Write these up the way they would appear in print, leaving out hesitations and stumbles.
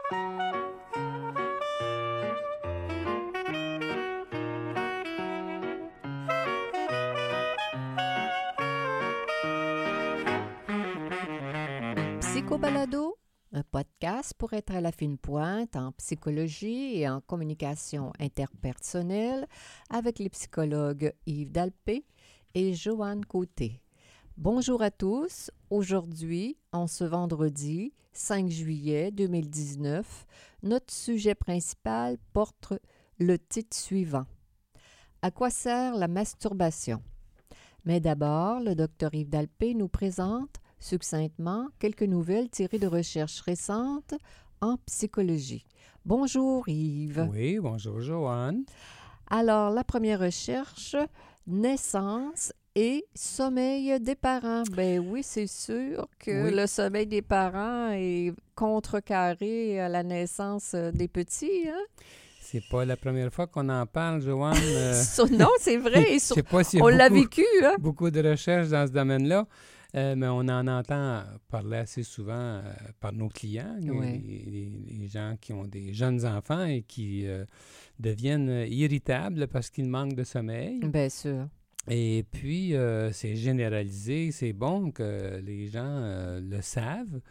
Psychobalado, un podcast pour être à la fine pointe en psychologie et en communication interpersonnelle avec les psychologues Yves Dalpé et Joanne Côté. Bonjour à tous. Aujourd'hui, en ce vendredi 5 juillet 2019, notre sujet principal porte le titre suivant. À quoi sert la masturbation? Mais d'abord, le Dr Yves Dalpé nous présente succinctement quelques nouvelles tirées de recherches récentes en psychologie. Bonjour Yves. Oui, bonjour Joanne. Alors, la première recherche, naissance et sommeil des parents. Ben oui, c'est sûr que le sommeil des parents est contrecarré à la naissance des petits, hein? C'est pas la première fois qu'on en parle, Joanne. Non, c'est vrai. Je sais pas s'il y a on l'a vécu, hein? beaucoup de recherches dans ce domaine-là. Mais on en entend parler assez souvent par nos clients, les gens qui ont des jeunes enfants et qui deviennent irritables parce qu'ils manquent de sommeil. Bien sûr. Et puis, c'est généralisé, c'est bon que les gens le savent.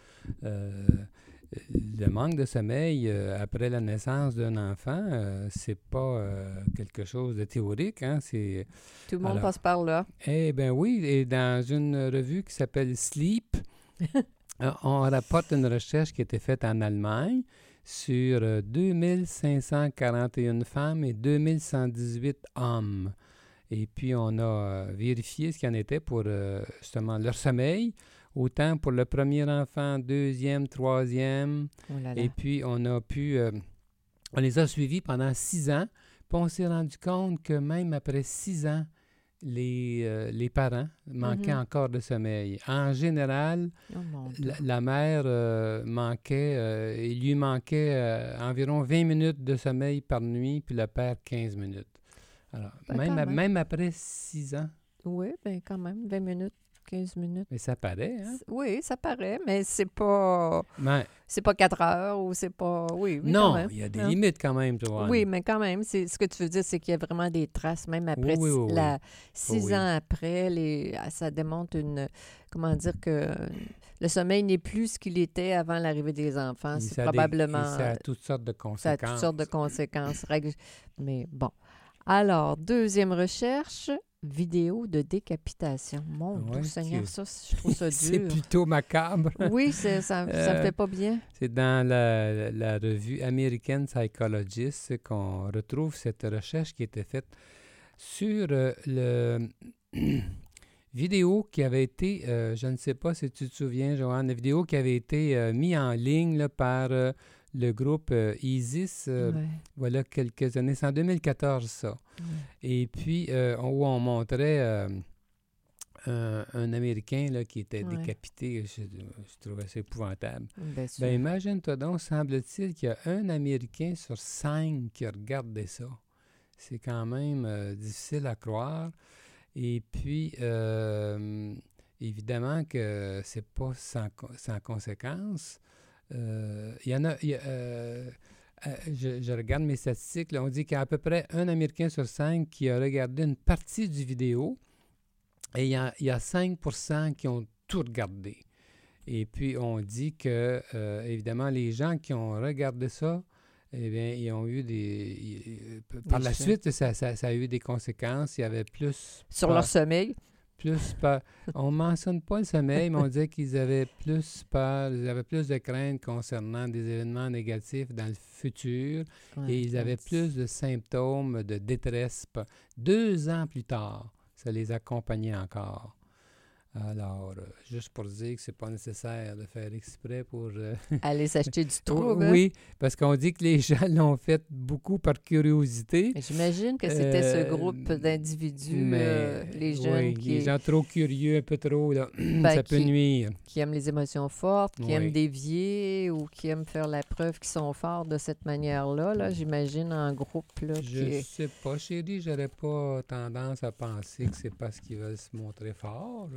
Le manque de sommeil après la naissance d'un enfant, c'est pas quelque chose de théorique, hein? Tout le monde passe par là. Eh bien oui, et dans une revue qui s'appelle Sleep, on rapporte une recherche qui a été faite en Allemagne sur 2541 femmes et 2118 hommes. Et puis, on a vérifié ce qu'il y en était pour justement leur sommeil, autant pour le premier enfant, deuxième, troisième. Oh là là. Et puis, on les a suivis pendant 6 ans. Puis, on s'est rendu compte que même après 6 ans, les parents manquaient encore de sommeil. En général, la mère il lui manquait environ 20 minutes de sommeil par nuit, puis le père 15 minutes. Alors, même après 6 ans. Oui, bien quand même, 20 minutes, 15 minutes. Mais ça paraît, hein? Oui, ça paraît, mais c'est pas... C'est pas 4 heures ou c'est pas... Oui, non, quand même. Il y a des limites quand même, toi. Oui, mais quand même, ce que tu veux dire, c'est qu'il y a vraiment des traces, même après 6 ans après, ça démontre comment dire que le sommeil n'est plus ce qu'il était avant l'arrivée des enfants. C'est probablement... ça a toutes sortes de conséquences. Mais bon. Alors, deuxième recherche, vidéo de décapitation. Mon Dieu Seigneur, ça, je trouve ça dur. C'est plutôt macabre. Oui, ça me fait pas bien. C'est dans la revue American Psychologist qu'on retrouve cette recherche qui était faite sur le vidéo qui avait été, je ne sais pas si tu te souviens, Joanne, la vidéo qui avait été mise en ligne là, par... le groupe ISIS, voilà quelques années, c'est en 2014 ça. Et puis, où on montrait un Américain là, qui était décapité, je trouvais ça épouvantable. Ben, imagine-toi donc, semble-t-il qu'il y a un Américain sur 5 qui a regardé ça. C'est quand même difficile à croire. Et puis, évidemment que c'est pas sans conséquence. Il y en a, je regarde mes statistiques, là, on dit qu'il y a à peu près un Américain sur 5 qui a regardé une partie du vidéo et il y a 5% qui ont tout regardé. Et puis, on dit que, évidemment, les gens qui ont regardé ça, eh bien, ils ont eu par la suite, ça a eu des conséquences. Il y avait plus... Sur leur sommeil? On ne mentionne pas le sommeil, mais on dit qu'ils avaient plus peur, ils avaient plus de crainte concernant des événements négatifs dans le futur et ils avaient plus de symptômes de détresse. 2 ans plus tard, ça les accompagnait encore. Alors, juste pour dire que c'est pas nécessaire de faire exprès pour... aller s'acheter du trouble. Oui, parce qu'on dit que les gens l'ont fait beaucoup par curiosité. J'imagine que c'était ce groupe d'individus, les jeunes les gens trop curieux, un peu trop, là, ça peut nuire. Qui aiment les émotions fortes, qui aiment dévier ou qui aiment faire la preuve qu'ils sont forts de cette manière-là, là, j'imagine, en groupe. Là, je sais pas, chérie, j'aurais pas tendance à penser que c'est parce qu'ils veulent se montrer forts.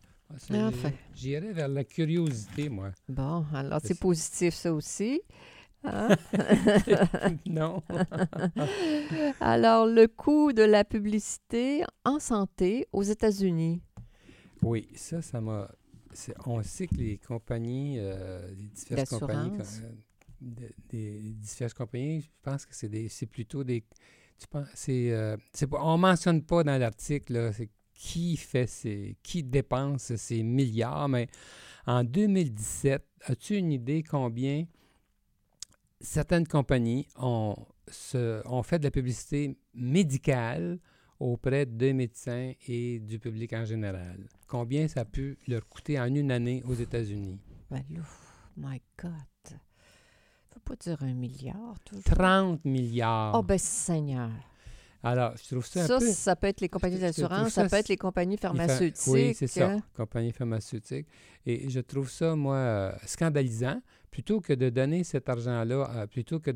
J'irais vers la curiosité, moi. Bon, alors c'est positif, ça aussi. Hein? Non. Alors, le coût de la publicité en santé aux États-Unis. Oui, ça m'a... On sait que les compagnies, les diverses compagnies, D'assurance. des diverses compagnies, je pense que c'est plutôt des... Tu penses, on mentionne pas dans l'article, là, c'est qui dépense ces milliards, mais en 2017, as-tu une idée combien certaines compagnies ont fait de la publicité médicale auprès de médecins et du public en général? Combien ça a pu leur coûter en une année aux États-Unis? Ben là, my God. Faut pas dire 1 milliard, toujours. 30 milliards. Oh, ben Seigneur. Alors, je trouve ça un peu... Ça peut être les compagnies je trouve d'assurance, ça ça peut être les compagnies pharmaceutiques. Oui, c'est ça, compagnie pharmaceutique. Et je trouve ça, moi, scandalisant. Plutôt que de donner cet argent-là, plutôt que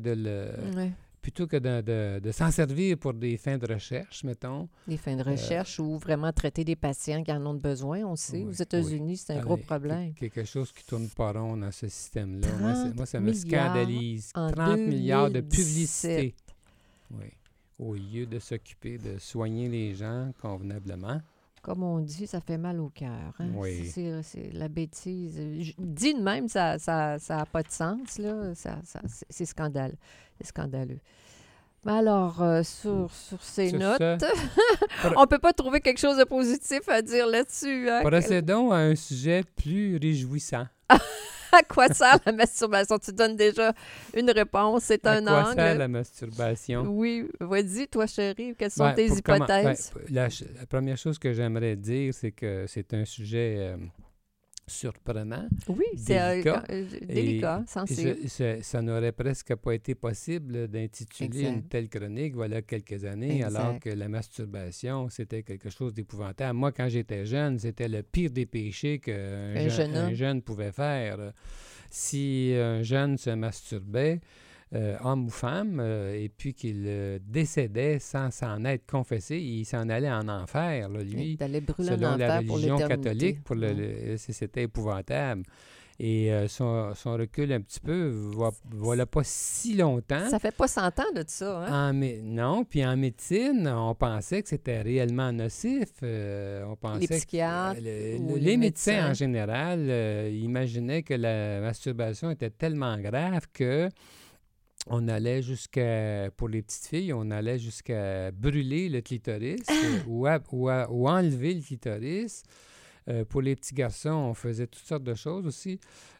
de s'en servir pour des fins de recherche, mettons. Des fins de recherche ou vraiment traiter des patients qui en ont besoin, on sait. Aux États-Unis, c'est un gros problème. Quelque chose qui tourne pas rond dans ce système-là. Moi, ça me milliards scandalise. 30 milliards de publicité. Oui. Au lieu de s'occuper de soigner les gens convenablement. Comme on dit, ça fait mal au cœur. Hein? Oui. C'est la bêtise. Dit de même, ça n'a pas de sens. Là. C'est scandaleux. C'est scandaleux. Mais alors, sur ces notes, on ne peut pas trouver quelque chose de positif à dire là-dessus. Hein? Procédons à un sujet plus réjouissant. À quoi sert la masturbation? Tu donnes déjà une réponse, c'est un angle. À quoi sert la masturbation? Oui, vas-y, toi, chérie, quelles sont tes hypothèses? La première chose que j'aimerais dire, c'est que c'est un sujet surprenant, oui, délicat, sensible. Ça n'aurait presque pas été possible d'intituler une telle chronique voilà quelques années, alors que la masturbation, c'était quelque chose d'épouvantable. Moi, quand j'étais jeune, c'était le pire des péchés qu'un jeune pouvait faire. Si un jeune se masturbait, homme ou femme, et puis qu'il décédait sans s'en être confessé, il s'en allait en enfer, là, lui, selon la religion catholique, c'était épouvantable. Et son recul un petit peu, voilà pas si longtemps. Ça fait pas 100 ans de ça, hein? Non, puis en médecine, on pensait que c'était réellement nocif. On pensait les psychiatres les médecins en général imaginaient que la masturbation était tellement grave que on allait pour les petites filles, on allait jusqu'à brûler le clitoris ou enlever le clitoris. Pour les petits garçons, on faisait toutes sortes de choses aussi.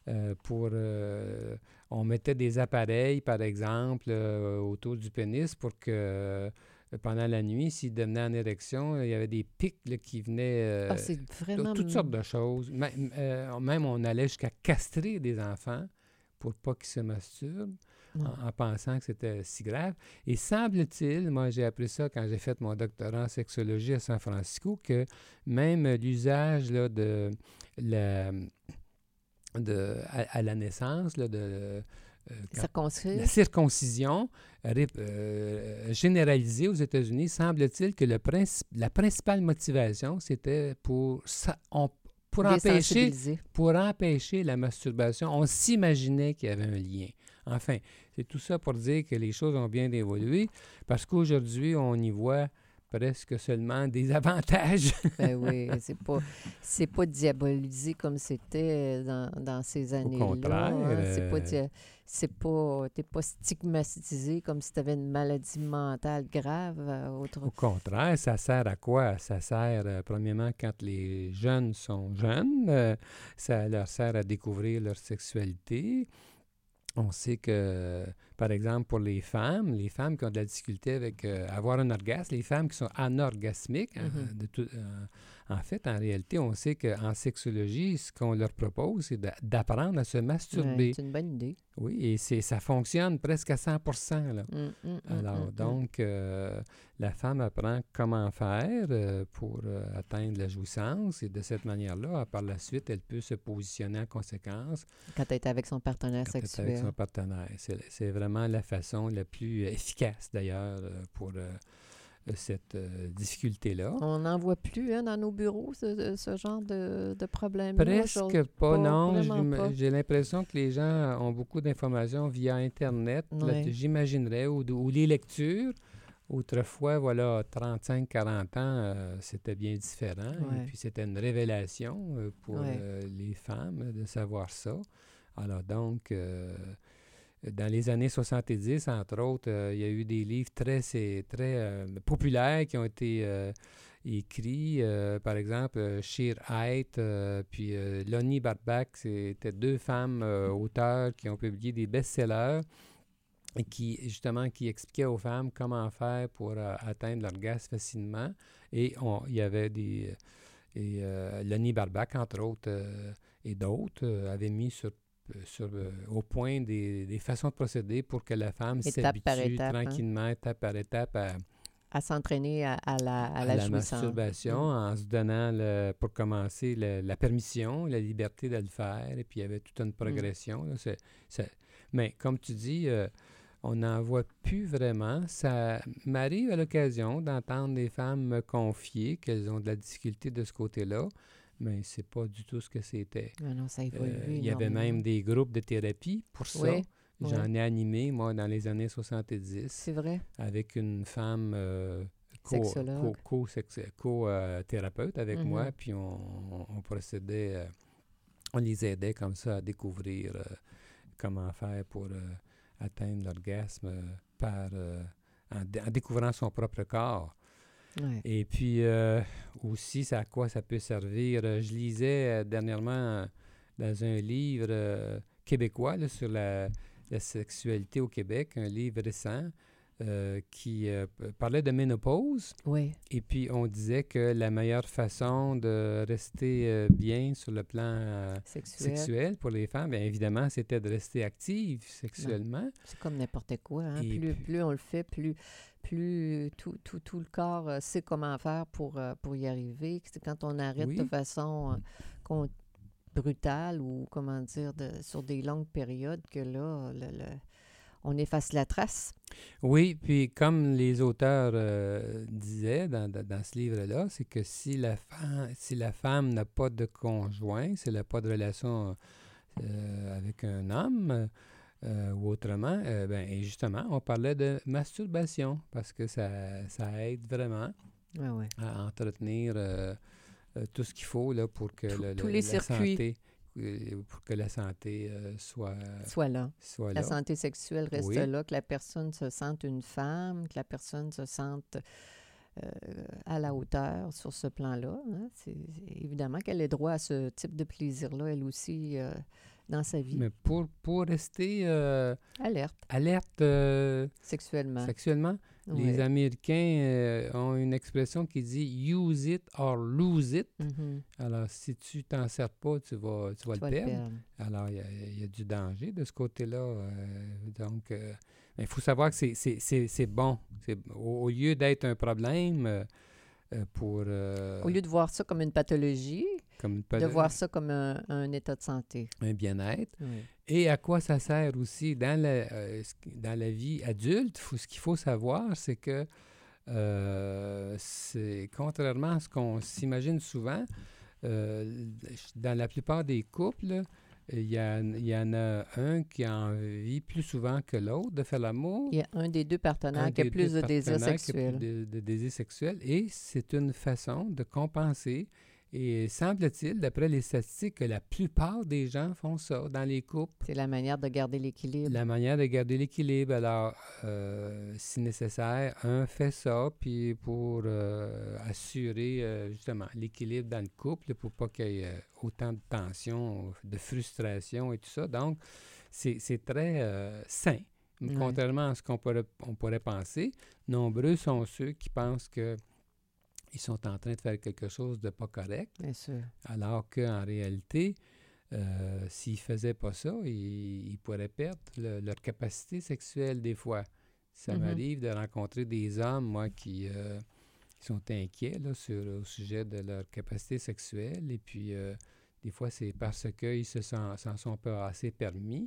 On mettait des appareils, par exemple, autour du pénis pour que pendant la nuit, s'il devenait en érection, il y avait des pics là, qui venaient... c'est vraiment... Toutes sortes de choses. Même on allait jusqu'à castrer des enfants pour pas qu'ils se masturbent. En pensant que c'était si grave. Et semble-t-il, moi j'ai appris ça quand j'ai fait mon doctorat en sexologie à San Francisco, que même l'usage là, à la naissance, là, la circoncision généralisée aux États-Unis, semble-t-il que la principale motivation, c'était pour empêcher la masturbation. On s'imaginait qu'il y avait un lien. Enfin, c'est tout ça pour dire que les choses ont bien évolué, parce qu'aujourd'hui, on y voit presque seulement des avantages. Ben oui, c'est pas diabolisé comme c'était dans ces années-là. Au contraire. T'es pas stigmatisé comme si tu avais une maladie mentale grave. Au contraire, ça sert à quoi? Ça sert, premièrement, quand les jeunes sont jeunes, ça leur sert à découvrir leur sexualité. On sait que, par exemple, pour les femmes qui ont de la difficulté avec avoir un orgasme, les femmes qui sont anorgasmiques, en fait, en réalité, on sait qu'en sexologie, ce qu'on leur propose, c'est d'apprendre à se masturber. C'est une bonne idée. Oui, et ça fonctionne presque à 100%. Là. Donc, la femme apprend comment faire pour atteindre la jouissance, et de cette manière-là, par la suite, elle peut se positionner en conséquence. Quand elle est avec son partenaire sexuel. Avec son partenaire. C'est vraiment la façon la plus efficace, d'ailleurs, pour cette difficulté-là. On n'en voit plus dans nos bureaux, ce genre de problème. Presque pas, non. Vraiment pas. J'ai l'impression que les gens ont beaucoup d'informations via Internet. Là, Ouais. j'imaginerais, ou les lectures. Autrefois, voilà, 35-40 ans, c'était bien différent. Et Ouais. puis, c'était une révélation pour Ouais. les femmes de savoir ça. Alors, donc, dans les années 70, entre autres, il y a eu des livres très populaires qui ont été écrits. Par exemple, Sheer Height, puis Lonnie Barbach, c'était deux femmes auteurs qui ont publié des best-sellers et qui, justement, qui expliquaient aux femmes comment faire pour atteindre l'orgasme facilement. Et il y avait des... Et Lonnie Barbach, entre autres, et d'autres, avaient mis au point des façons de procéder pour que la femme Étape par s'habitue étape, tranquillement, étape par étape, à s'entraîner à à la la jouissance. masturbation, en se donnant, pour commencer, la permission, la liberté de le faire. Et puis, il y avait toute une progression. Là. Mais comme tu dis, on n'en voit plus vraiment. Ça m'arrive à l'occasion d'entendre des femmes me confier qu'elles ont de la difficulté de ce côté-là, mais c'est pas du tout ce que c'était. Ah non, ça a évolué Il y avait même des groupes de thérapie pour ça. Oui, J'en ai animé, moi, dans les années 70, c'est vrai. avec une femme Sexologue. co-thérapeute avec moi, puis on procédait, on les aidait comme ça à découvrir comment faire pour atteindre l'orgasme en découvrant son propre corps. Ouais. Et puis aussi, à quoi ça peut servir? Je lisais dernièrement dans un livre québécois là, sur la sexualité au Québec, un livre récent qui parlait de ménopause. Oui. Et puis, on disait que la meilleure façon de rester bien sur le plan sexuel pour les femmes, bien évidemment, c'était de rester active sexuellement. Non. C'est comme n'importe quoi. Hein? Et Plus on le fait, plus tout le corps sait comment faire pour y arriver. C'est quand on arrête de façon brutale ou, comment dire, sur des longues périodes que là, on efface la trace. Oui, puis comme les auteurs disaient dans ce livre-là, c'est que si la femme n'a pas de conjoint, si elle n'a pas de relation avec un homme ou autrement, et justement, on parlait de masturbation parce que ça aide vraiment à entretenir tout ce qu'il faut là, pour que tous les circuits. Pour que la santé soit là. La santé sexuelle reste là, que la personne se sente une femme, que la personne se sente à la hauteur sur ce plan-là. Hein. C'est évidemment qu'elle ait droit à ce type de plaisir-là, elle aussi, dans sa vie. Mais pour rester alerte sexuellement, les Américains ont une expression qui dit « use it or lose it ». Alors, si tu t'en sers pas, tu vas le perdre. Alors, il y a du danger de ce côté-là. Donc, il faut savoir que c'est bon. Au lieu d'être un problème au lieu de voir ça comme une pathologie, de voir ça comme un état de santé. Un bien-être. Oui. Et à quoi ça sert aussi? Dans la vie adulte, ce qu'il faut savoir, c'est que contrairement à ce qu'on s'imagine souvent, dans la plupart des couples, il y en a un qui a envie plus souvent que l'autre de faire l'amour. Il y a un des deux partenaires qui a plus de désir sexuel. De désir sexuel. Et c'est une façon de compenser. Et semble-t-il, d'après les statistiques, que la plupart des gens font ça dans les couples. C'est la manière de garder l'équilibre. La manière de garder l'équilibre. Alors, si nécessaire, un fait ça, puis pour assurer justement l'équilibre dans le couple, pour pas qu'il y ait autant de tension, de frustration et tout ça. Donc, c'est très sain. Contrairement à ce qu'on pourrait penser, nombreux sont ceux qui pensent que ils sont en train de faire quelque chose de pas correct. Bien sûr. Alors qu'en réalité, s'ils ne faisaient pas ça, ils pourraient perdre leur capacité sexuelle des fois. Ça m'arrive de rencontrer des hommes, moi, qui sont inquiets là, au sujet de leur capacité sexuelle. Et puis, des fois, c'est parce qu'ils s'en sont pas assez permis,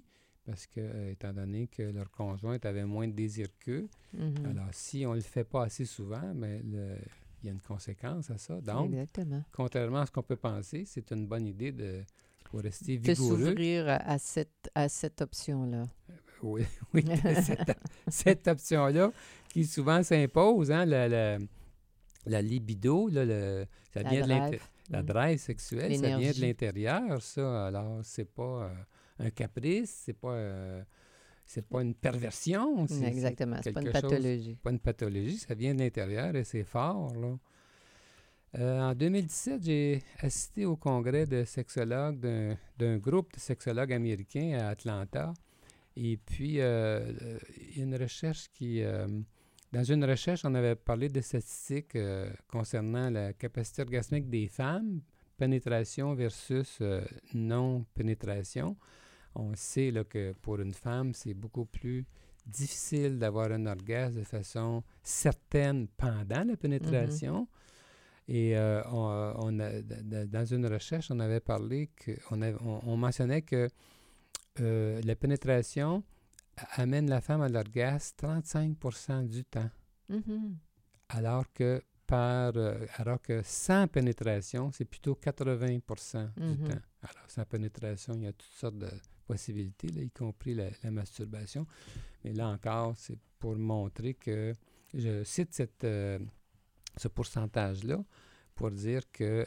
parce que, étant donné que leur conjointe avait moins de désir qu'eux, Mhm. alors si on ne le fait pas assez souvent, mais il y a une conséquence à ça. Donc, Exactement. contrairement à ce qu'on peut penser, c'est une bonne idée pour rester De vigoureux. s'ouvrir à cette option-là. Oui, oui, cette option-là qui souvent s'impose, hein, la libido, là, ça La vient drive. la drive sexuelle, ça vient de L'énergie. l'intérieur, ça. Alors, c'est pas un caprice, c'est pas une perversion, c'est Exactement. C'est pas une quelque chose, pathologie. pas une pathologie, ça vient de l'intérieur et c'est fort, là. En 2017, j'ai assisté au congrès de sexologues d'un groupe de sexologues américains à Atlanta. Et puis, il y a une recherche dans une recherche, on avait parlé de statistiques concernant la capacité orgasmique des femmes, pénétration versus non-pénétration. On sait là, que pour une femme, c'est beaucoup plus difficile d'avoir un orgasme de façon certaine pendant la pénétration. Et dans une recherche, on avait parlé on mentionnait que la pénétration amène la femme à l'orgasme 35% du temps, Mhm. alors que sans pénétration, c'est plutôt 80% du Mhm. temps. Alors, sans pénétration, il y a toutes sortes de possibilités, là, y compris la masturbation. Mais là encore, c'est pour montrer que je cite ce pourcentage-là pour dire que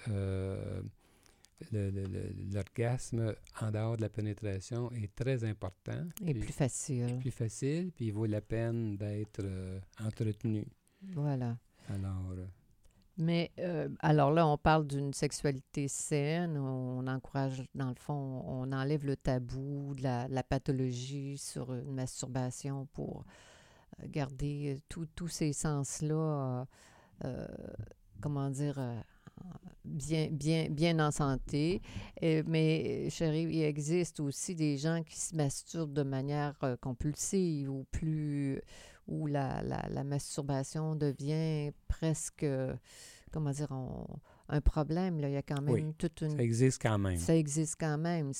l'orgasme en dehors de la pénétration est très important. Et plus facile. Plus facile, puis il vaut la peine d'être entretenu. Voilà. Alors, Mais alors là, on parle d'une sexualité saine. On encourage, dans le fond, on enlève le tabou de la pathologie sur une masturbation pour garder tous ces sens-là, comment dire, bien en santé. Mais, chérie, il existe aussi des gens qui se masturbent de manière compulsive où la masturbation devient presque, comment dire, un problème. Là. Il y a quand même oui, toute une... ça existe quand même. Ça existe quand même.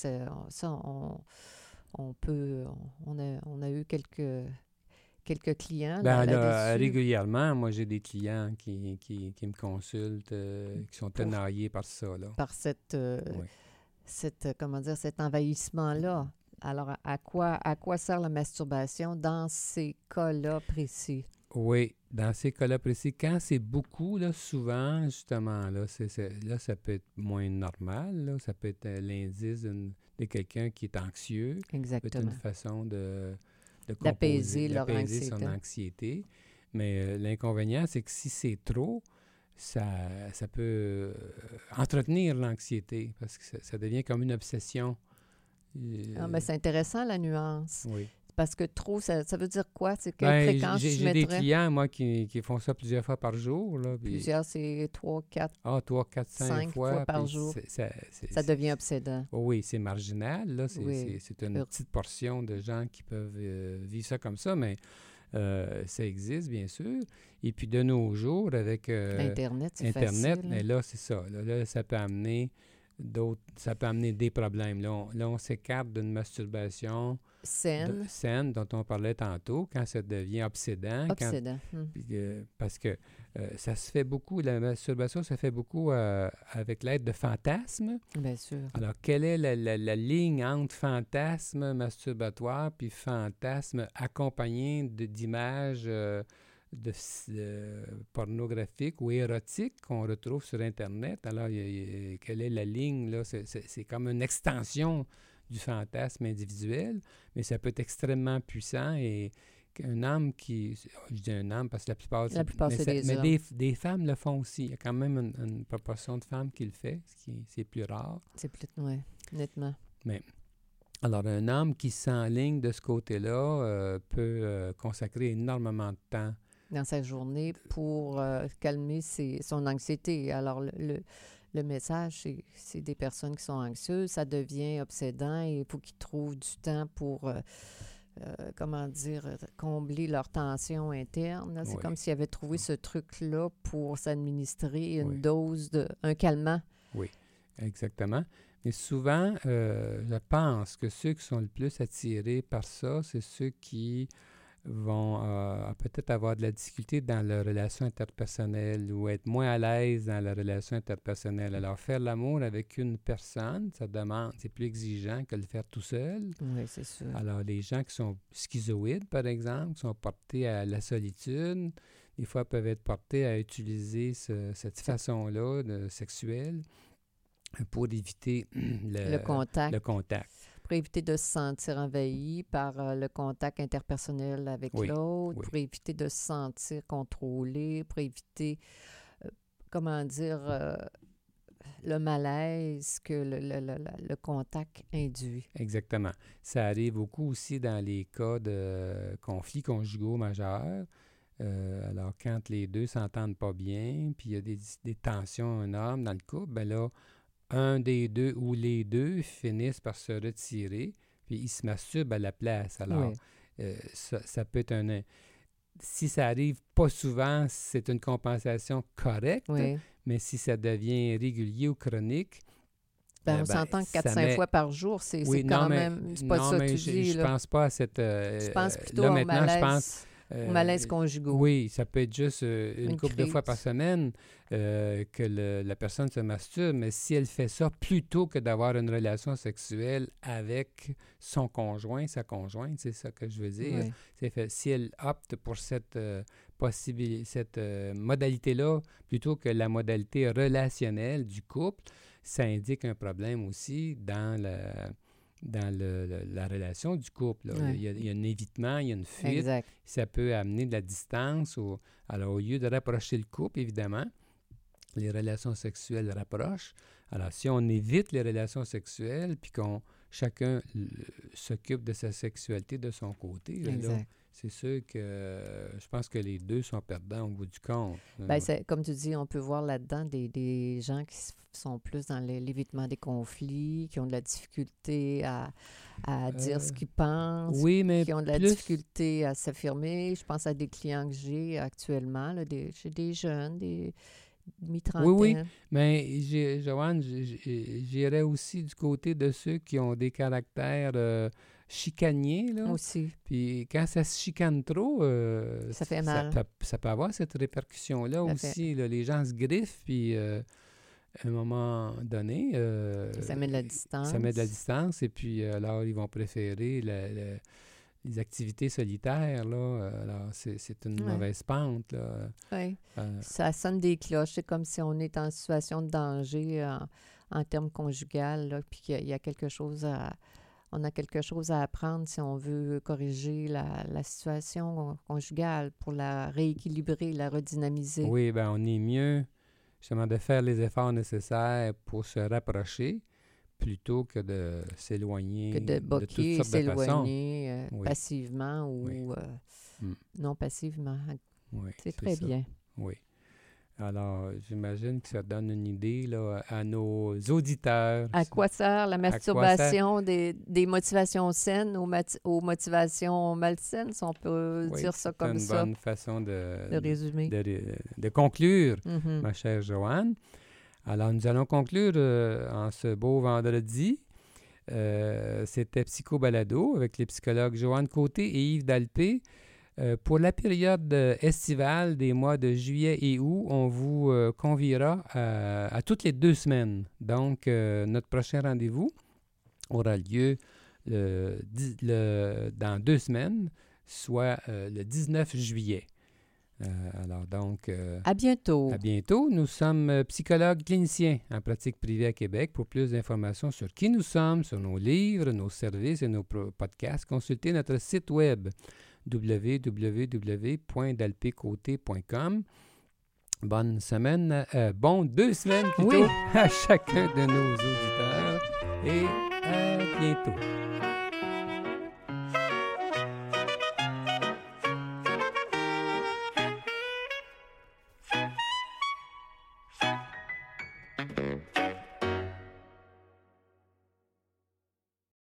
On a eu quelques clients là-dessus. Régulièrement, moi, j'ai des clients qui me consultent, qui sont tenaillés par ça. Là. Par comment dire, cet envahissement-là. Alors, à quoi sert la masturbation dans ces cas-là précis? Oui, dans ces cas-là précis, quand c'est beaucoup, là, souvent, justement, là, là, ça peut être moins normal. Là, ça peut être l'indice de quelqu'un qui est anxieux. Exactement. Ça peut être une façon d'apaiser son anxiété. Mais l'inconvénient, c'est que si c'est trop, ça peut entretenir l'anxiété parce que ça devient comme une obsession. Mais c'est intéressant, la nuance. Oui. Parce que trop, ça veut dire quoi? C'est quelle fréquence tu mettrais? J'ai des clients, moi, qui font ça plusieurs fois par jour. Là, puis, plusieurs, c'est 3, 4... 4, 5 fois par jour. Ça devient obsédant. Oui, c'est marginal. Là, c'est une petite portion de gens qui peuvent vivre ça comme ça, mais ça existe, bien sûr. Et puis, de nos jours, avec Internet, c'est facile. Mais là, c'est ça. Là, ça peut amener des problèmes. Là, on s'écarte d'une masturbation saine dont on parlait tantôt, quand ça devient obsédant. Parce que ça se fait beaucoup, la masturbation se fait beaucoup avec l'aide de fantasmes. Bien sûr. Alors, quelle est la ligne entre fantasme masturbatoire puis fantasme accompagné d'images pornographiques ou érotiques qu'on retrouve sur Internet? Alors, quelle est la ligne? Là? C'est comme une extension du fantasme individuel, mais ça peut être extrêmement puissant et un homme je dis un homme parce que la plupart c'est des hommes. Mais des femmes le font aussi. Il y a quand même une proportion de femmes qui le fait, c'est plus rare. C'est plus, oui, nettement. Mais, alors, un homme qui s'enligne de ce côté-là peut consacrer énormément de temps dans sa journée pour calmer son anxiété. Alors, le message, c'est des personnes qui sont anxieuses, ça devient obsédant et il faut qu'ils trouvent du temps pour, combler leur tension interne. Là. C'est comme s'ils avaient trouvé ce truc-là pour s'administrer une dose un calmant. Oui, exactement. Et souvent, je pense que ceux qui sont le plus attirés par ça, c'est ceux qui vont peut-être avoir de la difficulté dans leur relation interpersonnelle ou être moins à l'aise dans la relation interpersonnelle. Alors, faire l'amour avec une personne, c'est plus exigeant que le faire tout seul. Oui, c'est sûr. Alors, les gens qui sont schizoïdes, par exemple, qui sont portés à la solitude, des fois peuvent être portés à utiliser cette façon-là sexuelle pour éviter Le contact. le contact. Pour éviter de se sentir envahi par le contact interpersonnel avec l'autre, pour éviter de se sentir contrôlé, pour éviter, le malaise que le contact induit. Exactement. Ça arrive beaucoup aussi dans les cas de conflits conjugaux majeurs. Alors, quand les deux ne s'entendent pas bien, puis il y a des tensions énormes dans le couple, bien là, un des deux ou les deux finissent par se retirer, puis ils se masturbent à la place. Alors, ça peut être si ça arrive pas souvent, c'est une compensation correcte, mais si ça devient régulier ou chronique, on s'entend que 4-5 fois par jour, c'est quand même... C'est pas ça que tu dis, je pense pas à cette... je pense plutôt au malaise. Au malaise conjugaux. Oui, ça peut être juste une couple de fois par semaine que la personne se masturbe, mais si elle fait ça plutôt que d'avoir une relation sexuelle avec son conjoint, sa conjointe, c'est ça que je veux dire. Si elle opte pour cette modalité-là plutôt que la modalité relationnelle du couple, ça indique un problème aussi dans la relation du couple. Il y a un évitement, il y a une fuite. Exact. Ça peut amener de la distance. Alors, au lieu de rapprocher le couple, évidemment, les relations sexuelles rapprochent. Alors, si on évite les relations sexuelles, puis chacun s'occupe de sa sexualité de son côté, là, c'est sûr que je pense que les deux sont perdants au bout du compte. Bien, comme tu dis, on peut voir là-dedans des gens qui sont plus dans l'évitement des conflits, qui ont de la difficulté à dire ce qu'ils pensent, qui ont de la difficulté à s'affirmer. Je pense à des clients que j'ai actuellement, là, chez des jeunes, des mi-trentaine. Oui, mais Joanne, j'irais aussi du côté de ceux qui ont des caractères chicanier, là. Aussi. Puis quand ça se chicane trop, ça fait mal. Ça peut avoir cette répercussion-là aussi. Là, les gens se griffent, puis à un moment donné... ça met de la distance. Ça met de la distance, et puis alors ils vont préférer les activités solitaires, là. Alors, c'est une mauvaise pente, là. Oui. Ça sonne des cloches. C'est comme si on est en situation de danger en termes conjugal, là, puis qu'il y a quelque chose on a quelque chose à apprendre si on veut corriger la situation conjugale pour la rééquilibrer, la redynamiser. Oui, bien, on est mieux justement de faire les efforts nécessaires pour se rapprocher plutôt que de s'éloigner de boquer, toutes sortes de façons. S'éloigner passivement ou non passivement. C'est très bien. Oui. Alors, j'imagine que ça donne une idée là, à nos auditeurs. À quoi sert la masturbation des motivations saines aux motivations malsaines, si on peut dire ça comme ça? C'est une bonne façon de résumer. De conclure, ma chère Joanne. Alors, nous allons conclure en ce beau vendredi. C'était Psycho Balado avec les psychologues Joanne Côté et Yves Dalpé. Pour la période estivale des mois de juillet et août, on vous conviera à toutes les 2 semaines. Donc, notre prochain rendez-vous aura lieu dans 2 semaines, soit le 19 juillet. Alors donc... à bientôt. À bientôt. Nous sommes psychologues cliniciens en pratique privée à Québec. Pour plus d'informations sur qui nous sommes, sur nos livres, nos services et nos podcasts, consultez notre site web www.dalpécoté.com. Bonne semaine, 2 semaines plutôt à chacun de nos auditeurs et à bientôt.